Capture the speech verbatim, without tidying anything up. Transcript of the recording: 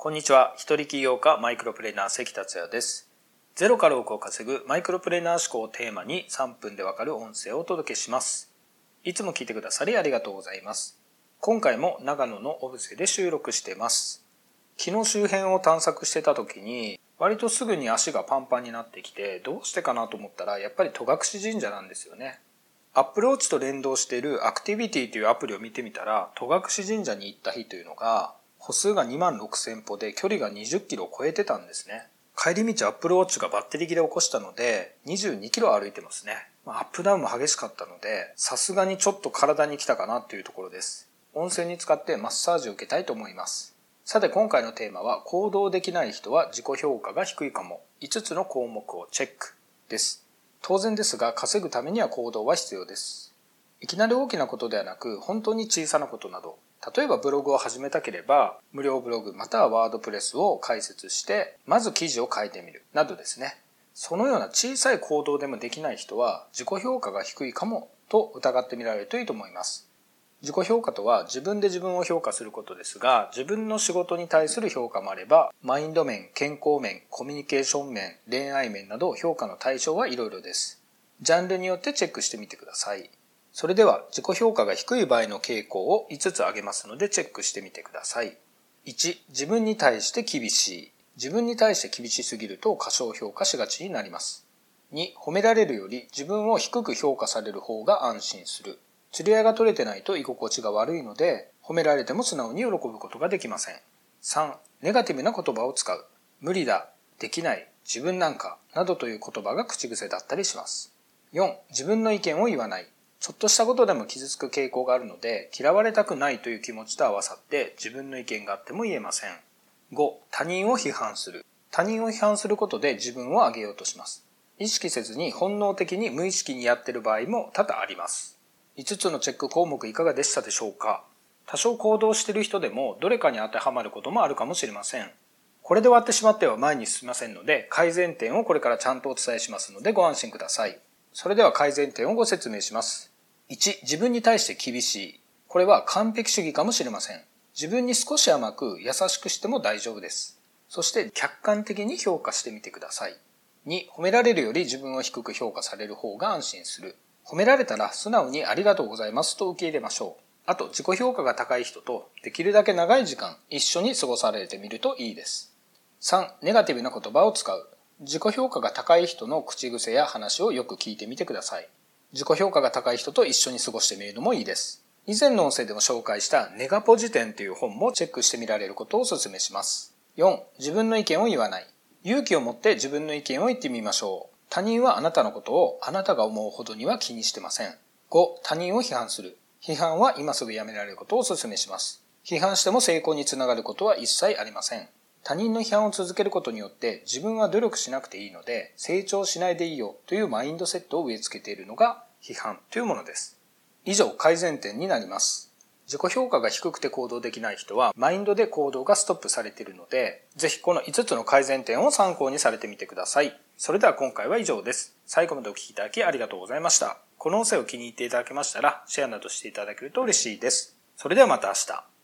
こんにちは。一人起業家マイクロプレーナー関達也です。ゼロから億を稼ぐマイクロプレーナー思考をテーマにさんぷんでわかる音声をお届けします。いつも聞いてくださりありがとうございます。今回も長野の小布施で収録しています。昨日周辺を探索してた時に割とすぐに足がパンパンになってきて、どうしてかなと思ったらやっぱり戸隠神社なんですよね。Apple Watch と連動しているアクティビティというアプリを見てみたら、戸隠神社に行った日というのが歩数がにまんろくせん歩で距離がにじゅっキロを超えてたんですね。帰り道 Apple Watch がバッテリー切れを起こしたのでにじゅうにキロ歩いてますね。まあ、アップダウンも激しかったのでさすがにちょっと体に来たかなというところです。温泉に使ってマッサージを受けたいと思います。さて今回のテーマは、行動できない人は自己評価が低いかも、いつつの項目をチェックです。当然ですが、稼ぐためには行動は必要です。いきなり大きなことではなく、本当に小さなことなど、例えばブログを始めたければ無料ブログまたはワードプレスを開設してまず記事を書いてみるなどですね。そのような小さい行動でもできない人は自己評価が低いかもと疑ってみられるといいと思います。自己評価とは自分で自分を評価することですが、自分の仕事に対する評価もあれば、マインド面、健康面、コミュニケーション面、恋愛面など評価の対象はいろいろです。ジャンルによってチェックしてみてください。それでは自己評価が低い場合の傾向をいつつ挙げますのでチェックしてみてください。いち、自分に対して厳しい。自分に対して厳しすぎると過小評価しがちになります。に、褒められるより自分を低く評価される方が安心する。釣り合いが取れてないと居心地が悪いので、褒められても素直に喜ぶことができません。さん、ネガティブな言葉を使う。無理だ、できない、自分なんかなどという言葉が口癖だったりします。よん、自分の意見を言わない。ちょっとしたことでも傷つく傾向があるので、嫌われたくないという気持ちと合わさって自分の意見があっても言えません。ご、他人を批判する。他人を批判することで自分を上げようとします。意識せずに本能的に無意識にやっている場合も多々あります。いつつのチェック項目いかがでしたでしょうか。多少行動している人でもどれかに当てはまることもあるかもしれません。これで終わってしまっては前に進みませんので、改善点をこれからちゃんとお伝えしますのでご安心ください。それでは改善点をご説明します。いち、自分に対して厳しい。これは完璧主義かもしれません。自分に少し甘く優しくしても大丈夫です。そして客観的に評価してみてください。に、褒められるより自分を低く評価される方が安心する。褒められたら素直にありがとうございますと受け入れましょう。あと自己評価が高い人とできるだけ長い時間一緒に過ごされてみるといいです。さん、ネガティブな言葉を使う。自己評価が高い人の口癖や話をよく聞いてみてください。自己評価が高い人と一緒に過ごしてみるのもいいです。以前の音声でも紹介したネガポジ典という本もチェックしてみられることをお勧めします。よん、自分の意見を言わない。勇気を持って自分の意見を言ってみましょう。他人はあなたのことをあなたが思うほどには気にしてません。ご、他人を批判する。批判は今すぐやめられることをお勧めします。批判しても成功につながることは一切ありません。他人の批判を続けることによって自分は努力しなくていいので成長しないでいいよというマインドセットを植え付けているのが批判というものです。以上、改善点になります。自己評価が低くて行動できない人はマインドで行動がストップされているので、ぜひこのいつつの改善点を参考にされてみてください。それでは今回は以上です。最後までお聞きいただきありがとうございました。この音声を気に入っていただけましたらシェアなどしていただけると嬉しいです。それではまた明日。